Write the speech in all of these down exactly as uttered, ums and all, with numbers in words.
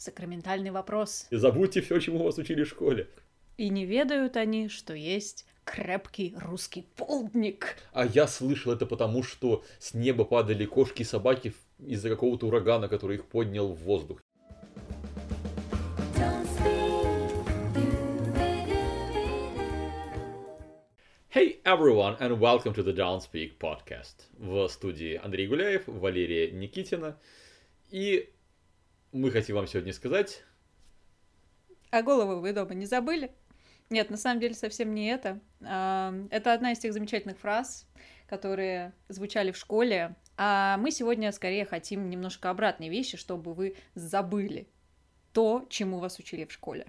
сакраментальный вопрос. И забудьте все, чему вас учили в школе. И не ведают они, что есть крепкий русский полдник. А я слышал это потому, что с неба падали кошки и собаки из-за какого-то урагана, который их поднял в воздух. Hey everyone and welcome to the Don't Speak podcast. В студии Андрей Гуляев, Валерия Никитина. И мы хотим вам сегодня сказать... А голову вы дома не забыли? Нет, на самом деле совсем не это. Это одна из тех замечательных фраз, которые звучали в школе. А мы сегодня скорее хотим немножко обратной вещи, чтобы вы забыли то, чему вас учили в школе.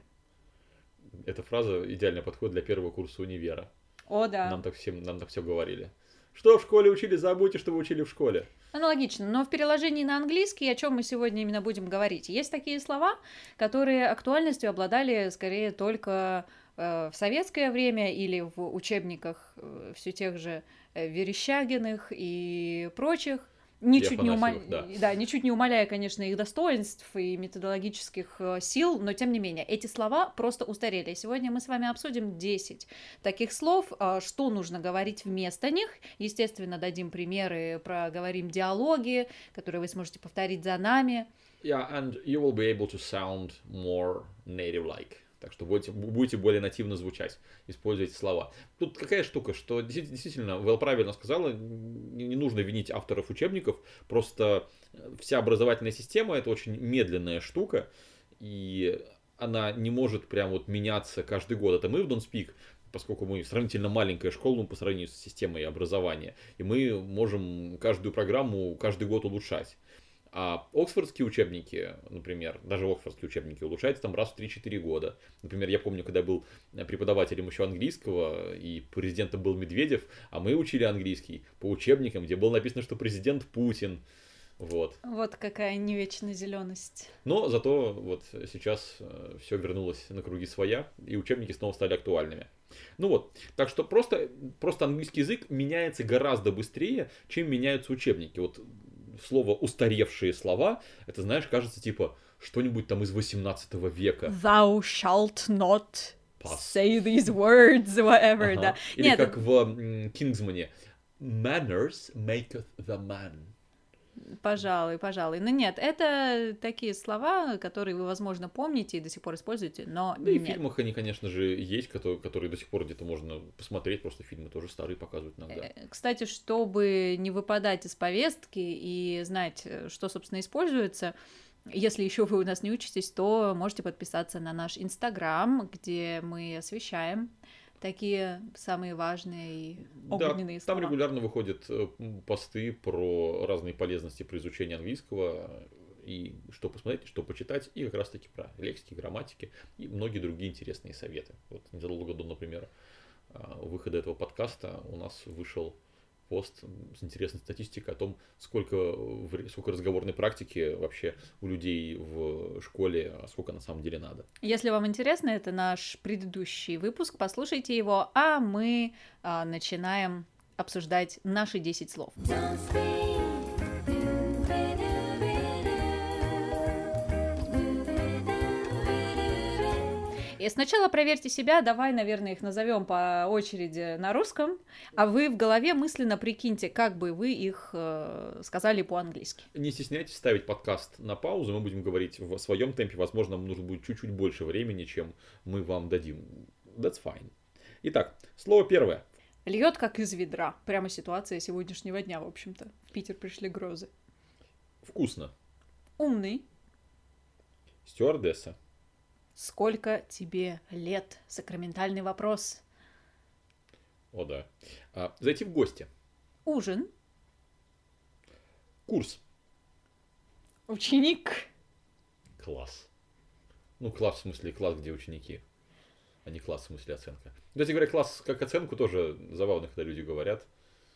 Эта фраза идеально подходит для первого курса универа. О, да. Нам так, всем, нам так все говорили. Что в школе учили, забудьте, что вы учили в школе. Аналогично, но в переложении на английский, о чем мы сегодня именно будем говорить. Есть такие слова, которые актуальностью обладали скорее только э, в советское время или в учебниках э, все тех же э, Верещагиных и прочих. Ничуть не, ума... да. Да, ничуть не умаляя, конечно, их достоинств и методологических сил, но тем не менее, эти слова просто устарели. Сегодня мы с вами обсудим десять таких слов, что нужно говорить вместо них. Естественно, дадим примеры, проговорим диалоги, которые вы сможете повторить за нами. Yeah, and you will be able to sound more native-like. Так что будете, будете более нативно звучать, используйте слова. Тут какая штука, что действительно, Вэл правильно сказала, не, не нужно винить авторов учебников, просто вся образовательная система это очень медленная штука, и она не может прям вот меняться каждый год. Это мы в Don't Speak, поскольку мы сравнительно маленькая школа ну, по сравнению с системой образования, и мы можем каждую программу каждый год улучшать. А оксфордские учебники, например, даже оксфордские учебники улучшаются там раз в три-четыре года. Например, я помню, когда я был преподавателем еще английского, и президентом был Медведев, а мы учили английский по учебникам, где было написано, что президент Путин. Вот. Вот какая не вечная зеленость. Но зато вот сейчас все вернулось на круги своя, и учебники снова стали актуальными. Ну вот, так что просто, просто английский язык меняется гораздо быстрее, чем меняются учебники. Вот слово «устаревшие слова», это, знаешь, кажется, типа, что-нибудь там из восемнадцатого века. Thou shalt not say these words, whatever, ага. Да. Или Нет, как в «Кингсмане» «Manners maketh the man». Пожалуй, пожалуй. Но нет, это такие слова, которые вы, возможно, помните и до сих пор используете, но да нет. И в фильмах они, конечно же, есть, которые, которые до сих пор где-то можно посмотреть, просто фильмы тоже старые показывают иногда. Кстати, чтобы не выпадать из повестки и знать, что, собственно, используется, если еще вы у нас не учитесь, то можете подписаться на наш Инстаграм, где мы освещаем такие самые важные и огненные да, слова. Там регулярно выходят посты про разные полезности при изучении английского, и что посмотреть, что почитать, и как раз таки про лексики, грамматики и многие другие интересные советы. Вот незадолго до, например, выхода этого подкаста у нас вышел пост с интересной статистикой о том, сколько, сколько разговорной практики вообще у людей в школе, а сколько на самом деле надо. Если вам интересно, это наш предыдущий выпуск, послушайте его, а мы а, начинаем обсуждать наши десять слов. И сначала проверьте себя, давай, наверное, их назовем по очереди на русском, а вы в голове мысленно прикиньте, как бы вы их э, сказали по-английски. Не стесняйтесь ставить подкаст на паузу, мы будем говорить в своем темпе, возможно, нам нужно будет чуть-чуть больше времени, чем мы вам дадим. That's fine. Итак, слово первое. Льет как из ведра. Прямо ситуация сегодняшнего дня, в общем-то. В Питер пришли грозы. Вкусно. Умный. Стюардесса. Сколько тебе лет? Сакраментальный вопрос. О, да. А, зайти в гости. Ужин. Курс. Ученик. Класс. Ну, класс в смысле класс, где ученики, а не класс в смысле оценка. Кстати говоря, класс как оценку тоже забавно, когда люди говорят.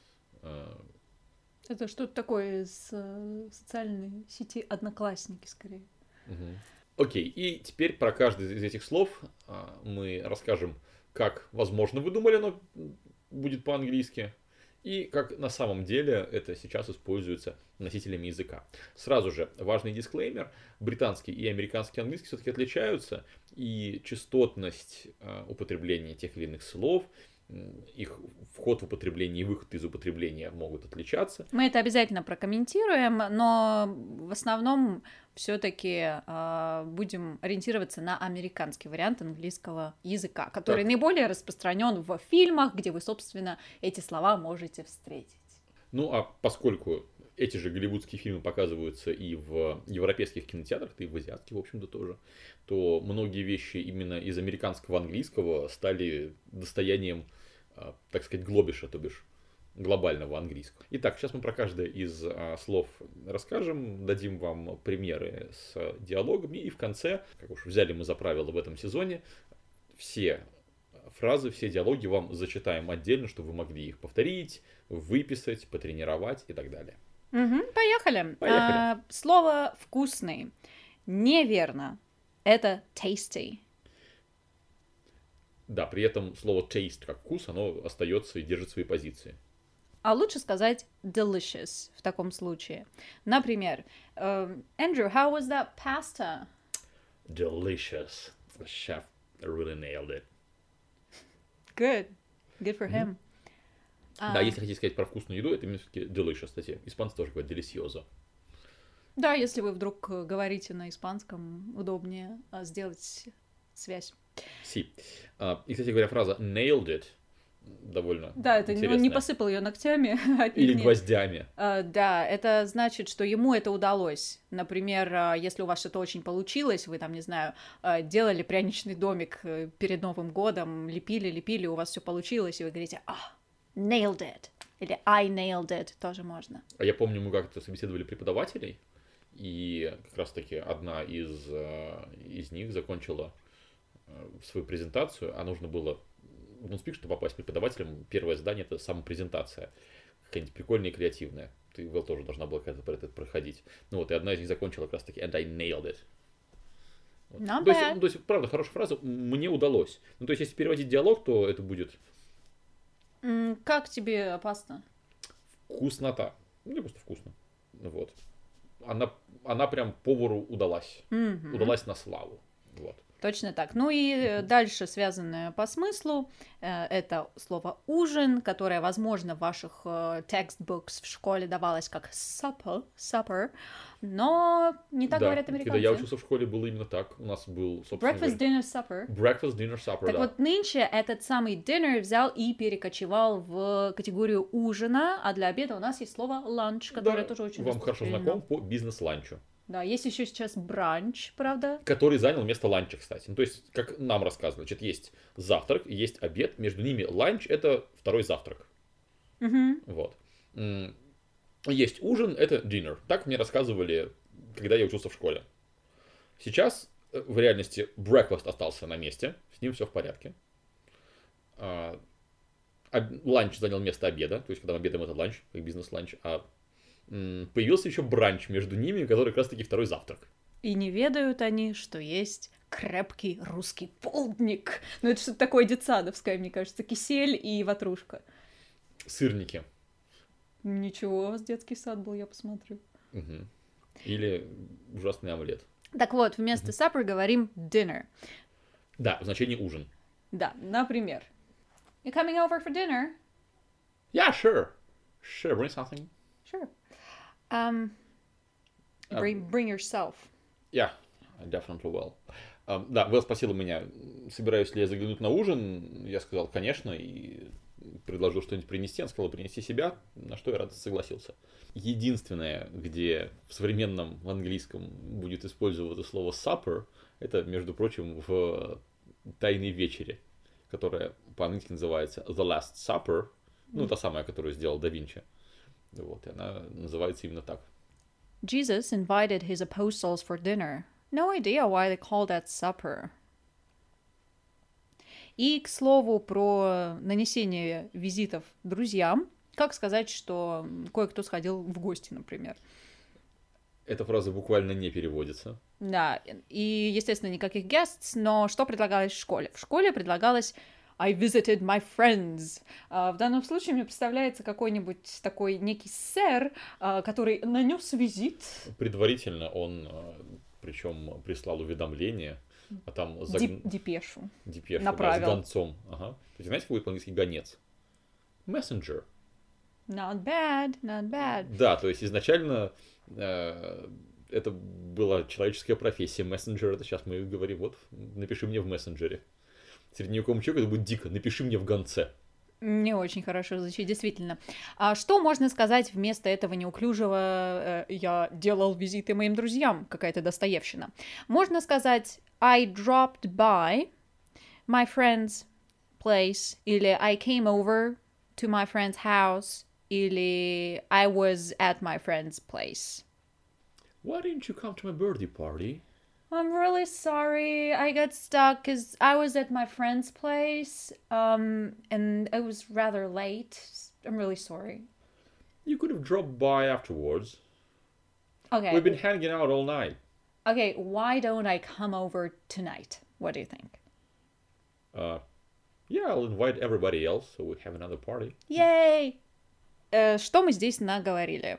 Это что-то такое из социальной сети Одноклассники, скорее. Угу. Окей, и теперь про каждый из этих слов мы расскажем, как, возможно, вы думали, оно будет по-английски, и как на самом деле это сейчас используется носителями языка. Сразу же важный дисклеймер: британский и американский английский все-таки отличаются, и частотность э, употребления тех или иных слов, их вход в употребление и выход из употребления могут отличаться. Мы это обязательно прокомментируем, но в основном все-таки э, будем ориентироваться на американский вариант английского языка, который так. наиболее распространен в фильмах, где вы, собственно, эти слова можете встретить. Ну, а поскольку эти же голливудские фильмы показываются и в европейских кинотеатрах, и в азиатских, в общем-то, тоже, то многие вещи именно из американского английского стали достоянием, так сказать, глобиша, то бишь глобального английского. Итак, сейчас мы про каждое из а, слов расскажем, дадим вам примеры с диалогами, и в конце, как уж взяли мы за правило в этом сезоне, все фразы, все диалоги вам зачитаем отдельно, чтобы вы могли их повторить, выписать, потренировать и так далее. Угу, поехали. Поехали. А, слово «вкусный». Неверно. Это tasty. Да, при этом слово taste как вкус, оно остается и держит свои позиции. А лучше сказать delicious в таком случае. Например, uh, Andrew, how was that pasta? Delicious. The chef really nailed it. Good. Good for him. Mm-hmm. Да, uh, если хотите сказать про вкусную еду, это именно все-таки delicious, кстати. Испанцы тоже говорят delicioso. Да, если вы вдруг говорите на испанском, удобнее сделать связь. Си. Uh, и, кстати говоря, фраза nailed it довольно Да, это интересная. Он не посыпал ее ногтями. Или гвоздями. Uh, да, это значит, что ему это удалось. Например, uh, если у вас что-то очень получилось, вы там, не знаю, uh, делали пряничный домик перед Новым годом, лепили, лепили, у вас все получилось, и вы говорите, а, nailed it. Или I nailed it, тоже можно. А я помню, мы как-то собеседовали преподавателей, и как раз-таки одна из, из них закончила свою презентацию, а нужно было в NewsPeak, чтобы попасть преподавателем, первое задание — это самопрезентация. Какая-нибудь прикольная и креативная. Ты, Вэл, тоже должна была как-то про это проходить. Ну вот, и одна из них закончила как раз-таки and I nailed it. Вот. Not то, bad. есть, ну, то есть, правда, хорошая фраза, мне удалось. Ну, то есть, если переводить диалог, то это будет... Mm, как тебе паста? Вкуснота. Ну, или просто вкусно. Вот. Она, она прям повару удалась. Mm-hmm. Удалась на славу. Вот. Точно так. Ну и дальше связанное по смыслу, это слово «ужин», которое, возможно, в ваших textbooks в школе давалось как supper, supper, но не так да, говорят американцы. Когда я учился в школе, было именно так. У нас был, собственно Breakfast, говоря, dinner, supper. Breakfast, dinner, supper, Так да. вот, нынче этот самый dinner взял и перекочевал в категорию ужина, а для обеда у нас есть слово lunch, которое да, тоже очень вам хорошо знаком по бизнес-ланчу. Да, есть еще сейчас бранч, правда? Который занял место ланча, кстати. Ну, то есть, как нам рассказывали, значит, есть завтрак, есть обед, между ними ланч — это второй завтрак. Угу. Вот. Есть ужин, это dinner. Так мне рассказывали, когда я учился в школе. Сейчас в реальности breakfast остался на месте, с ним все в порядке. Ланч занял место обеда, то есть, когда мы обедаем, это ланч, как бизнес-ланч, а появился еще бранч между ними, который как раз таки второй завтрак. И не ведают они, что есть крепкий русский полдник. Ну, это что-то такое детсадовское, мне кажется, кисель и ватрушка. Сырники. Ничего, у вас детский сад был, я посмотрю. Угу. Или ужасный омлет. Так вот, вместо supper говорим dinner. Да, в значении ужин. Да, например. You coming over for dinner? Yeah, sure. Sure, bring something. Sure. Um, bring, bring yourself. Yeah, I definitely will. Um, да, Вэл спросила меня, собираюсь ли я заглянуть на ужин. Я сказал, конечно, и предложил что-нибудь принести. Он сказал, принести себя, на что я радостно согласился. Единственное, где в современном английском будет использоваться слово supper, это, между прочим, в «Тайной вечере», которая по-английски называется The Last Supper, ну, та самая, которую сделал да Винчи. Вот, и она называется именно так. Jesus invited his apostles for dinner. No idea why they call that supper. И, к слову, про нанесение визитов друзьям. Как сказать, что кое-кто сходил в гости, например? Эта фраза буквально не переводится. Да, и, естественно, никаких guests, но что предлагалось в школе? В школе предлагалось I visited my friends. А, в данном случае мне представляется какой-нибудь такой некий сэр, а, который нанес визит. Предварительно он, причем прислал уведомление, а там... Заг... Деп- депешу. Депешу, направил. Да, с гонцом. Ага. То есть, знаете, какой по-английски гонец? Messenger. Not bad, not bad. Да, то есть изначально э, это была человеческая профессия. Мессенджер, это сейчас мы говорим, вот, напиши мне в мессенджере. Средневековому человеку это будет дико, напиши мне в гонце. Не очень хорошо звучит, действительно. А что можно сказать вместо этого неуклюжего э, «я делал визиты моим друзьям», какая-то достоевщина? Можно сказать I dropped by my friend's place, или I came over to my friend's house, или I was at my friend's place. Why didn't you come to my birthday party? I'm really sorry. I got stuck because I was at my friend's place, um, and it was rather late. I'm really sorry. You could have dropped by afterwards. Okay. We've been hanging out all night. Okay, why don't I come over tonight? What do you think? Uh, yeah, I'll invite everybody else, so we have another party. Yay! Э, что мы здесь наговорили?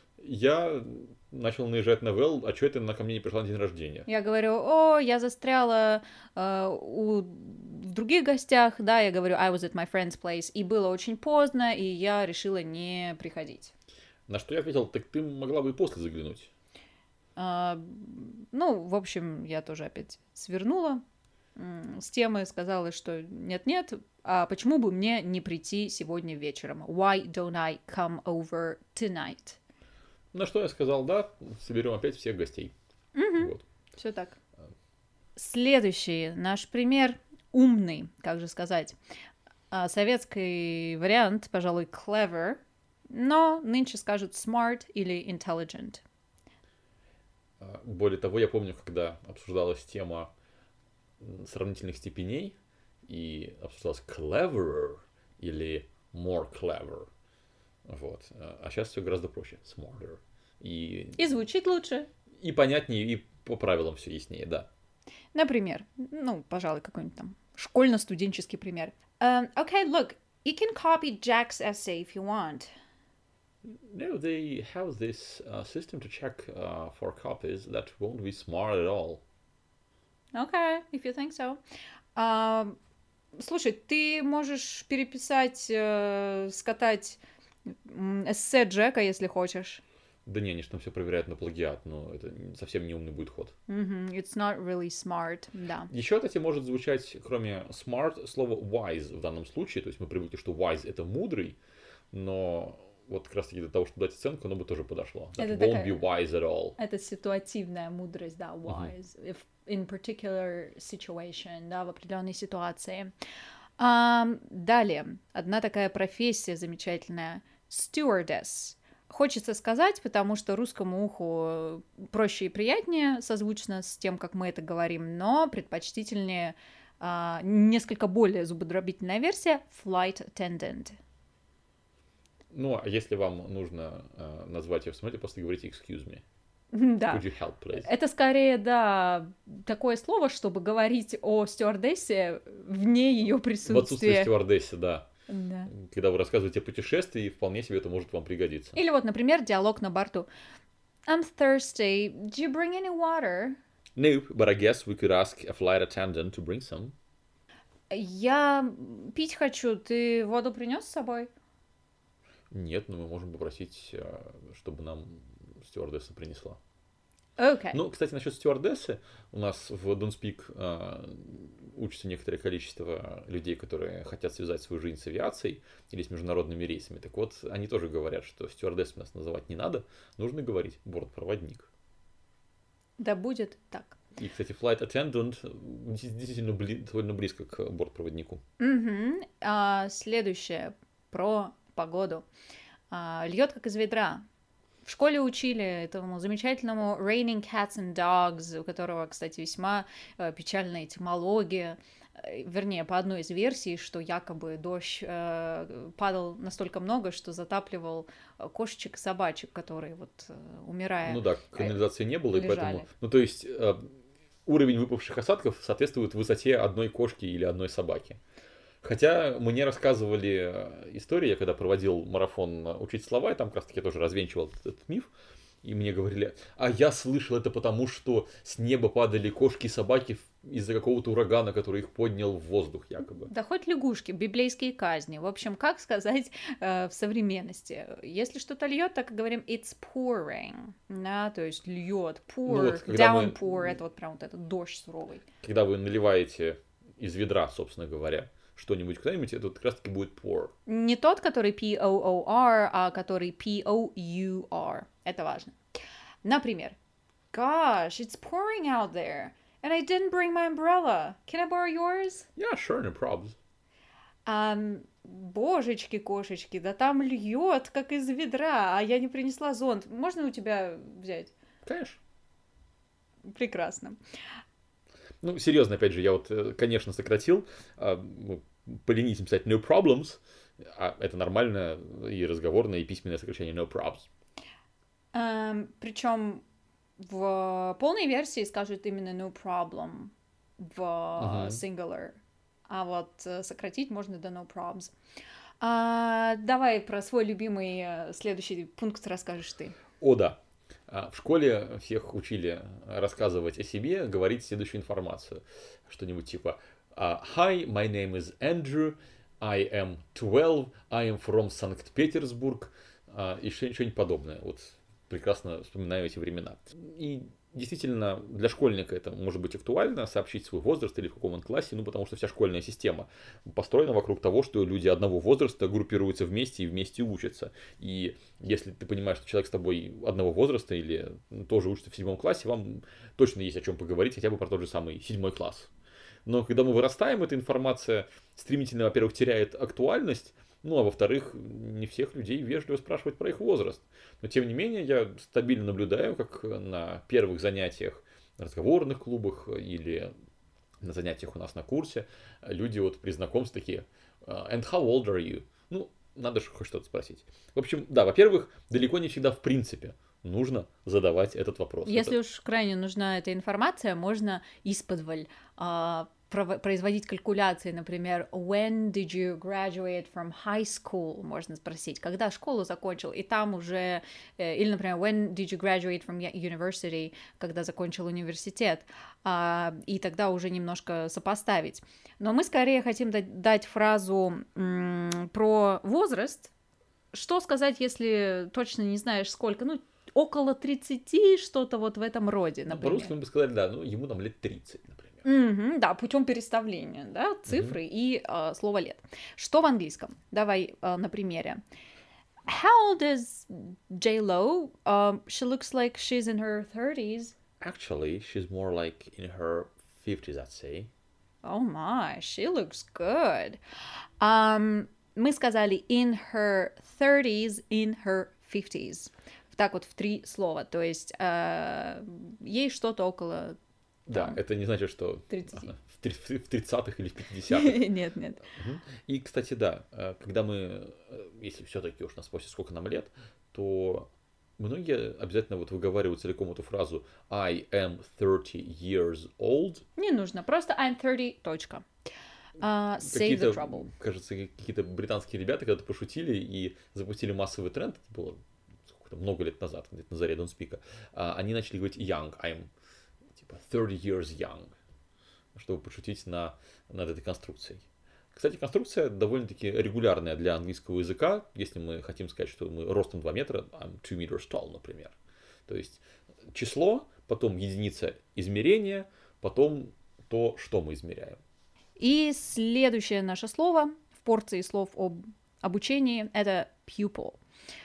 Я начал наезжать на Вэл, а что это она ко мне не пришла на день рождения? Я говорю, о, я застряла э, у... в других гостях, да, я говорю, I was at my friend's place, и было очень поздно, и я решила не приходить. На что я ответил, так ты могла бы и после заглянуть. Uh, ну, в общем, я тоже опять свернула с темы, сказала, что нет-нет, а почему бы мне не прийти сегодня вечером? Why don't I come over tonight? На что я сказал, да, соберем опять всех гостей. Mm-hmm. Вот. Все так. Следующий наш пример умный, как же сказать. Советский вариант, пожалуй, clever, но нынче скажут smart или intelligent. Более того, я помню, когда обсуждалась тема сравнительных степеней, и обсуждалось cleverer или more clever. Вот. А сейчас все гораздо проще. Smarter. И, и звучит лучше. И понятнее, и по правилам все яснее, да. Например, ну, пожалуй, какой-нибудь там школьно-студенческий пример. Uh, okay, look, you can copy Jack's essay if you want. No, they have this uh, system to check uh, for copies that won't be smart at all. Okay, if you think so. Uh, слушай, ты можешь переписать, э, скатать эссе Джека, если хочешь. Да не, они же там все проверяют на плагиат, но это совсем не умный будет ход. Mm-hmm. It's not really smart, да. Еще, кстати, может звучать, кроме smart, слово wise в данном случае. То есть мы привыкли, что wise — это мудрый, но вот как раз-таки для того, чтобы дать оценку, оно бы тоже подошло. That это won't такая... be wise at all. Это ситуативная мудрость, да, wise. Uh-huh. If in particular situation, да, в определенной ситуации. Um, далее, одна такая профессия замечательная — stewardess. Хочется сказать, потому что русскому уху проще и приятнее, созвучно с тем, как мы это говорим, но предпочтительнее uh, несколько более зубодробительная версия — flight attendant. Ну, а если вам нужно uh, назвать ее в самолете, просто говорите excuse me. Да. Could you help, please? Это скорее, да, такое слово, чтобы говорить о стюардессе вне ее присутствия. В отсутствии стюардессы, да. Да. Когда вы рассказываете о путешествии, вполне себе это может вам пригодиться. Или вот, например, диалог на борту. I'm thirsty. Do you bring any water? Nope, but I guess we could ask a flight attendant to bring some. Я пить хочу. Ты воду принес с собой? Нет, но мы можем попросить, чтобы нам стюардесса принесла. Okay. Ну, кстати, насчет стюардессы, у нас в Don't Speak э, учится некоторое количество людей, которые хотят связать свою жизнь с авиацией или с международными рейсами. Так вот, они тоже говорят, что стюардессой нас называть не надо, нужно говорить бортпроводник. Да будет так. И, кстати, flight attendant действительно бли- довольно близко к бортпроводнику. Mm-hmm. А, следующее про погоду. А, льет как из ведра. В школе учили этому замечательному Raining Cats and Dogs, у которого, кстати, весьма э, печальная этимология. Э, вернее, по одной из версий, что якобы дождь э, падал настолько много, что затапливал кошечек и собачек, которые вот э, умирая. Ну да, канализации не было, лежали. И поэтому... Ну то есть э, уровень выпавших осадков соответствует высоте одной кошки или одной собаки. Хотя мне рассказывали истории, я когда проводил марафон «Учить слова», и там как раз таки я тоже развенчивал этот, этот миф, и мне говорили, а я слышал это потому, что с неба падали кошки и собаки из-за какого-то урагана, который их поднял в воздух, якобы. Да хоть лягушки, библейские казни. В общем, как сказать э, в современности? Если что-то льет, так и говорим it's pouring, да, то есть льет, pour, Ну вот, когда мы- downpour, это вот прям вот этот дождь суровый. Когда вы наливаете из ведра, собственно говоря, что-нибудь куда-нибудь, это вот как раз таки будет pour. Не тот, который P O O R, а который P O U R. Это важно. Например, gosh, it's pouring out there, and I didn't bring my umbrella. Can I borrow yours? Yeah, sure, no problems. Ам, божечки-кошечки, да там льет, как из ведра, а я не принесла зонт. Можно у тебя взять? Конечно. Прекрасно. Ну, серьезно, опять же, я вот, э, конечно, сократил, а, ну, поленитесь писать no problems, а это нормальное и разговорное, и письменное сокращение no problems. Ам, причем в полной версии скажут именно no problem в Мгм. singular, а вот э, сократить можно до no problems. А, давай про свой любимый э, следующий пункт расскажешь ты. О, да. А, В школе всех учили рассказывать о себе, говорить следующую информацию. Что-нибудь типа а, Hi, my name is Andrew, I am twelve, I am from Санкт-Петербург, а, и что- что-нибудь подобное. Вот прекрасно вспоминаю эти времена. И действительно, для школьника это может быть актуально, сообщить свой возраст или в каком он классе, ну, потому что вся школьная система построена вокруг того, что люди одного возраста группируются вместе и вместе учатся. И если ты понимаешь, что человек с тобой одного возраста или тоже учится в седьмом классе, вам точно есть о чем поговорить, хотя бы про тот же самый седьмой класс. Но когда мы вырастаем, эта информация стремительно, во-первых, теряет актуальность, ну, а во-вторых, не всех людей вежливо спрашивать про их возраст. Но, тем не менее, я стабильно наблюдаю, как на первых занятиях, на разговорных клубах или на занятиях у нас на курсе люди вот при знакомстве такие «And how old are you?» Ну, надо же хоть что-то спросить. В общем, да, во-первых, далеко не всегда в принципе нужно задавать этот вопрос. Если Это- уж крайне нужна эта информация, можно исподволь а, прово- производить калькуляции, например, when did you graduate from high school, можно спросить, когда школу закончил, и там уже, э, или, например, when did you graduate from u- university, когда закончил университет, а, и тогда уже немножко сопоставить. Но мы скорее хотим дать, дать фразу м, про возраст. Что сказать, если точно не знаешь сколько, ну, около тридцати, что-то вот в этом роде, Ну, например. по-русски мы бы сказали, да, ну, ему там лет тридцать, например. Мгм, да, путем переставления, да, цифры и а, слова лет. Что в английском? Давай а, на примере. How old is J-Lo? Um, she looks like she's in her thirties. Actually, she's more like in her fifties, I'd say. Oh my, she looks good. Um, мы сказали in her thirties, in her fifties. Так вот в три слова. То есть э, ей что-то около... Да, Там, это не значит, что тридцати. ага, в три- в тридцатых или в пятидесятых. Нет, нет. Мгм. И, кстати, да, э, когда мы, э, если все-таки уж нас спросят, сколько нам лет, то многие обязательно вот выговаривают целиком эту фразу I am thirty years old. Не нужно. Просто I'm thirty, точка. Uh, save Какие-то, the trouble. кажется, какие-то британские ребята когда-то пошутили и запустили массовый тренд, это было сколько-то, много лет назад, где-то на заре Донспика, они начали говорить young, I'm типа thirty years young, чтобы пошутить на, над этой конструкцией. Кстати, конструкция довольно-таки регулярная для английского языка, если мы хотим сказать, что мы ростом два метра, I'm two meters tall, например. То есть число, потом единица измерения, потом то, что мы измеряем. И следующее наше слово в порции слов об обучении — это pupil,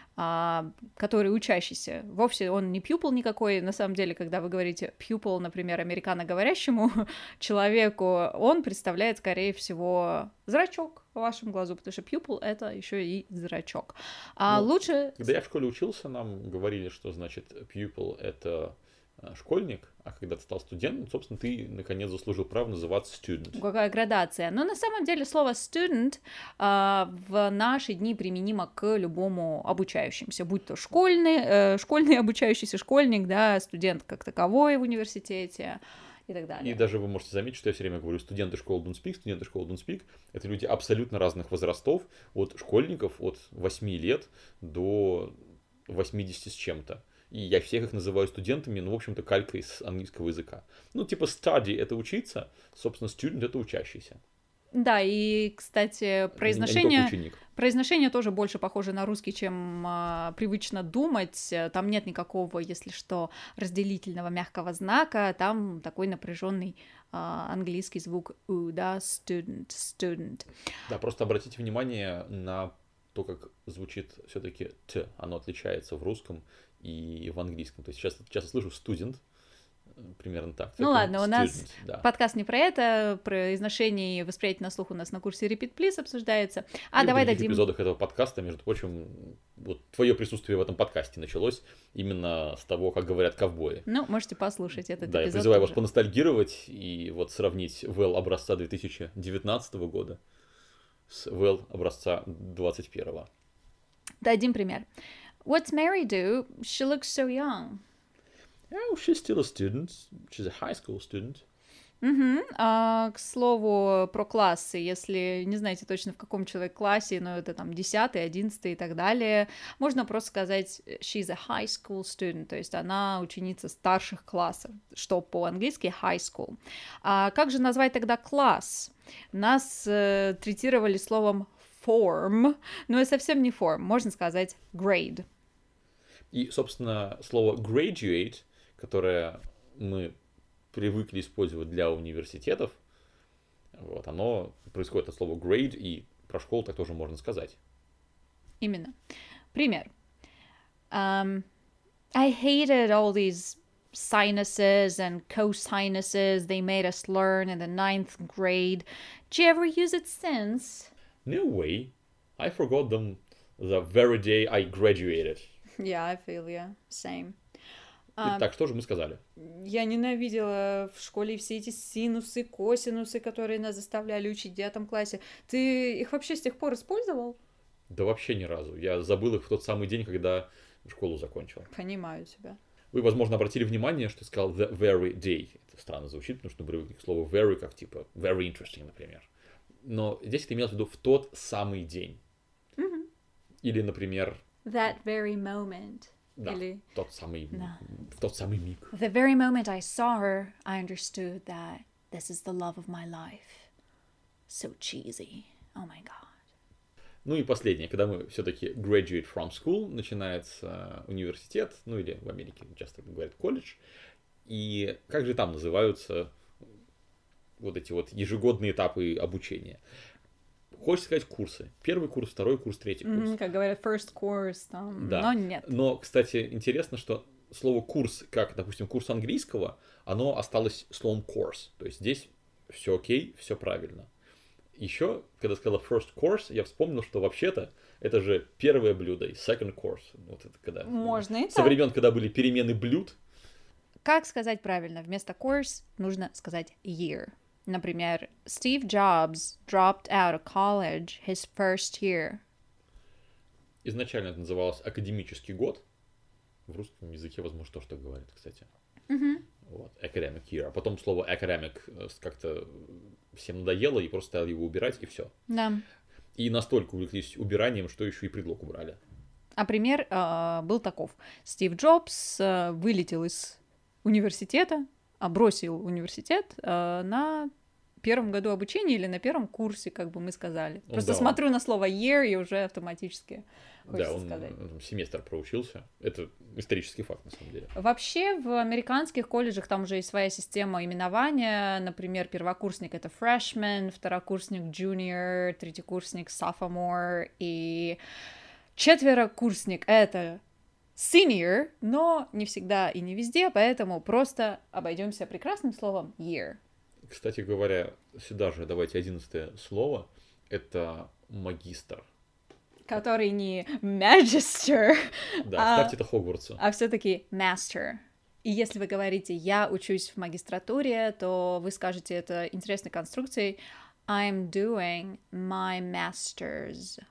а, который учащийся. Вовсе он не pupil никакой. На самом деле, когда вы говорите pupil, например, американоговорящему человеку, он представляет, скорее всего, зрачок в вашем глазу, потому что pupil — это еще и зрачок. А Ну, лучше... Когда я в школе учился, нам говорили, что значит pupil — это а, школьник, а когда ты стал студентом, собственно, ты наконец заслужил право называться student. Какая градация. Но на самом деле слово student а, в наши дни применимо к любому обучающимся, будь то школьный, э, школьный обучающийся школьник, да, студент как таковой в университете и так далее. И даже вы можете заметить, что я все время говорю, студенты школы don't speak, студенты школы don't speak. Это люди абсолютно разных возрастов, от школьников от восьми лет до восьмидесяти с чем-то. И я всех их называю студентами, ну, в общем-то, калькой с английского языка. Ну, типа study — это учиться, собственно, student — это учащийся. Да, и, кстати, произношение, ученик. произношение тоже больше похоже на русский, чем а, привычно думать. Там нет никакого, если что, разделительного мягкого знака. Там такой напряженный а, английский звук у, да, student, student. Да, просто обратите внимание на то, как звучит все-таки т. Оно отличается в русском и в английском. То есть сейчас часто слышу student. Примерно так. Ну ладно, student, у нас да. подкаст не про это, произношение и восприятие на слух у нас на курсе Repeat Please обсуждается. А и давай в других дадим... эпизодах этого подкаста, между прочим, вот твое присутствие в этом подкасте началось именно с того, как говорят ковбои. Ну, можете послушать этот да, эпизод. Да, я призываю тоже. вас поностальгировать и вот сравнить Вэл образца две тысячи девятнадцатого года с Вэл образца двадцать первого. Дадим пример. What's Mary do? She looks so young. Oh, she's still a student. She's a high school student. Угу. А, к слову, про классы, если не знаете точно в каком человек классе, но это там десятый, одиннадцатый и так далее, можно просто сказать she's a high school student, то есть она ученица старших классов, что по-английски high school. А как же назвать тогда класс? Нас э, третировали словом form, но это совсем не form, можно сказать grade. И, собственно, слово graduate, которое мы привыкли использовать для университетов, вот, оно происходит от слова grade, и про школу так тоже можно сказать. Именно. Пример. Um, I hated all these sinuses and cosinuses they made us learn in the ninth grade. Did you ever use it since? No way. I forgot them the very day I graduated. Yeah, I feel you. Same. Итак, что же мы сказали? Я ненавидела в школе все эти синусы, косинусы, которые нас заставляли учить в девятом классе. Ты их вообще с тех пор использовал? Да вообще ни разу. Я забыл их в тот самый день, когда школу закончил. Понимаю тебя. Вы, возможно, обратили внимание, что я сказал the very day. Это странно звучит, потому что мы привыкли к слову very, как типа very interesting, например. Но здесь это имелось в виду в тот самый день. Mm-hmm. Или, например... That very moment. Да, Или... тот самый, Да. в тот самый миг. The very moment I saw her, I understood that this is the love of my life. So cheesy. Oh my god. Ну и последнее, когда мы все-таки graduate from school, начинается университет, ну или в Америке часто говорят колледж, и как же там называются вот эти вот ежегодные этапы обучения? Хочется сказать курсы. Первый курс, второй курс, третий курс. Mm, как говорят, first course, там, да. но нет. Но, кстати, интересно, что слово курс, как, допустим, курс английского, оно осталось словом course. То есть здесь все окей, все правильно. Еще, когда сказала first course, я вспомнил, что вообще-то это же первое блюдо и second course. Вот это когда... Можно и Со так. времен, когда были перемены блюд. Как сказать правильно? Вместо course нужно сказать year. Например, Steve Jobs dropped out of college his first year. Изначально это называлось академический год. В русском языке, возможно, тоже так говорят, кстати. Mm-hmm. Вот, academic year. А потом слово academic как-то всем надоело, и просто стали его убирать, и все. Да. И настолько увлеклись убиранием, что еще и предлог убрали. А пример э, был таков. Стив Джобс э, вылетел из университета, а бросил университет э, на первом году обучения или на первом курсе, как бы мы сказали. Ну, Просто да, смотрю он... на слово year и уже автоматически хочется да, он сказать. семестр проучился. Это исторический факт, на самом деле. Вообще в американских колледжах там уже есть своя система именования. Например, первокурсник — это freshman, второкурсник — junior, третьекурсник — sophomore, и четверокурсник — это senior, но не всегда и не везде, поэтому просто обойдемся прекрасным словом year. Кстати говоря, сюда же давайте одиннадцатое слово. Это магистр. Который не magister, да, а, ставьте это Хогвартсу. А все-таки master. И если вы говорите «я учусь в магистратуре», то вы скажете это интересной конструкцией I'm doing my master's.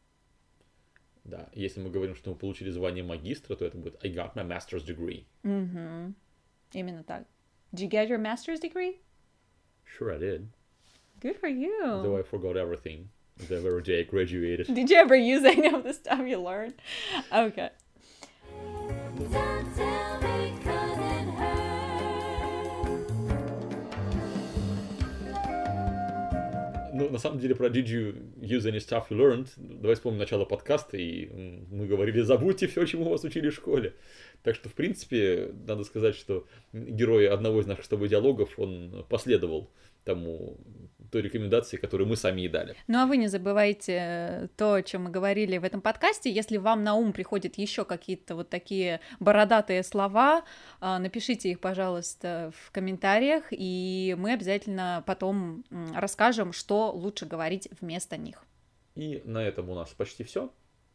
Да, если мы говорим, что мы получили звание магистра, то это будет I got my master's degree. Угу. Именно так. Did you get your master's degree? Sure I did. Good for you. Though I forgot everything the very day I graduated. Did you ever use any of the stuff you learned? Okay. Don't tell me 'cause it hurts. Ну, на самом деле, про Did you use any stuff you learned? Давай вспомним начало подкаста, и мы говорили, забудьте все, чему вас учили в школе. Так что, в принципе, надо сказать, что герой одного из наших с тобой диалогов, он последовал тому, той рекомендации, которую мы сами и дали. Ну а вы не забывайте то, о чем мы говорили в этом подкасте. Если вам на ум приходят еще какие-то вот такие бородатые слова, напишите их, пожалуйста, в комментариях, и мы обязательно потом расскажем, что лучше говорить вместо них. И на этом у нас почти все.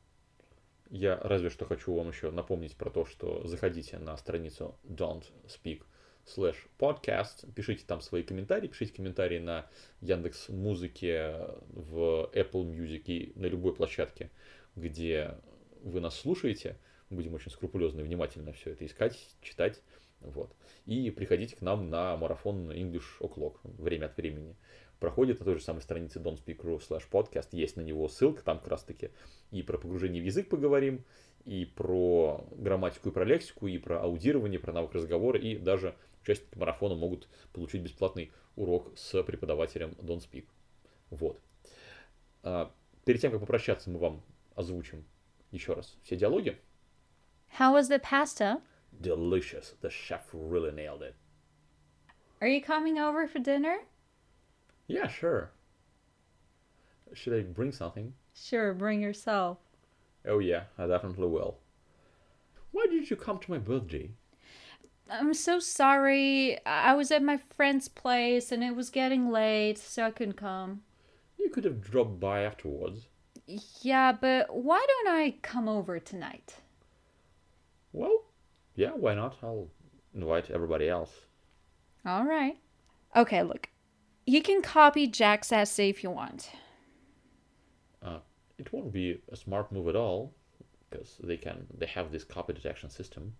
Я разве что хочу вам еще напомнить про то, что заходите на страницу don't speak slash podcast, пишите там свои комментарии, пишите комментарии на Яндекс.Музыке, в Apple Music и на любой площадке, где вы нас слушаете. Мы будем очень скрупулезно и внимательно все это искать, читать. Вот. И приходите к нам на марафон English O'Clock время от времени. Проходит на той же самой странице don't speak slash podcast, есть на него ссылка, там как раз таки и про погружение в язык поговорим, и про грамматику, и про лексику, и про аудирование, про навык разговора, и даже участники марафона могут получить бесплатный урок с преподавателем Don't Speak. Вот. А, перед тем, как попрощаться, мы вам озвучим еще раз все диалоги. How was the pasta? Delicious. The chef really nailed it. Are you coming over for dinner? Yeah, sure. Should I bring something? Sure, bring yourself. Oh yeah, I definitely will. Why did you come to my birthday? I'm so sorry. I was at my friend's place and it was getting late, so I couldn't come. You could have dropped by afterwards. Yeah, but why don't I come over tonight? Well, yeah, why not? I'll invite everybody else. All right. Okay, look. You can copy Jack's essay if you want. Uh, it won't be a smart move at all, because they can they have this copy detection system.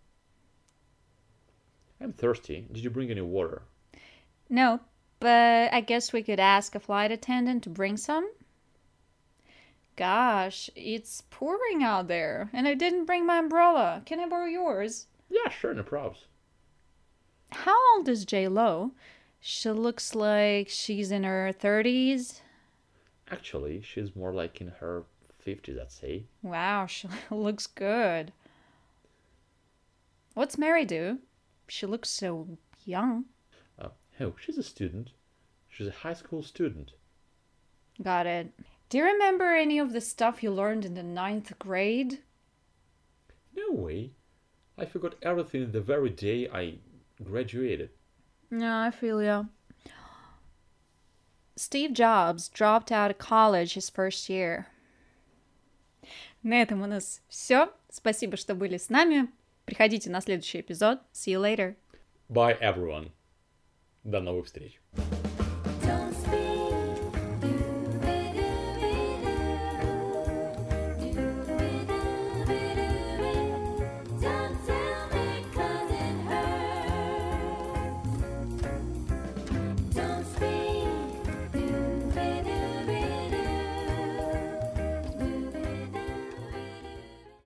I'm thirsty. Did you bring any water? No, but I guess we could ask a flight attendant to bring some. Gosh, it's pouring out there, and I didn't bring my umbrella. Can I borrow yours? Yeah, sure, no probs. How old is J-Lo? She looks like she's in her thirties. Actually, she's more like in her fifties, I'd say. Wow, she looks good. What's Mary do? She looks so young. Uh, oh, she's a student. She's a high school student. Got it. Do you remember any of the stuff you learned in the ninth grade? No way. I forgot everything the very day I graduated. No, I feel ya. Steve Jobs dropped out of college his first year. На этом у нас все. Спасибо, что были с нами. Приходите на следующий эпизод. See you later. Bye, everyone. До новых встреч.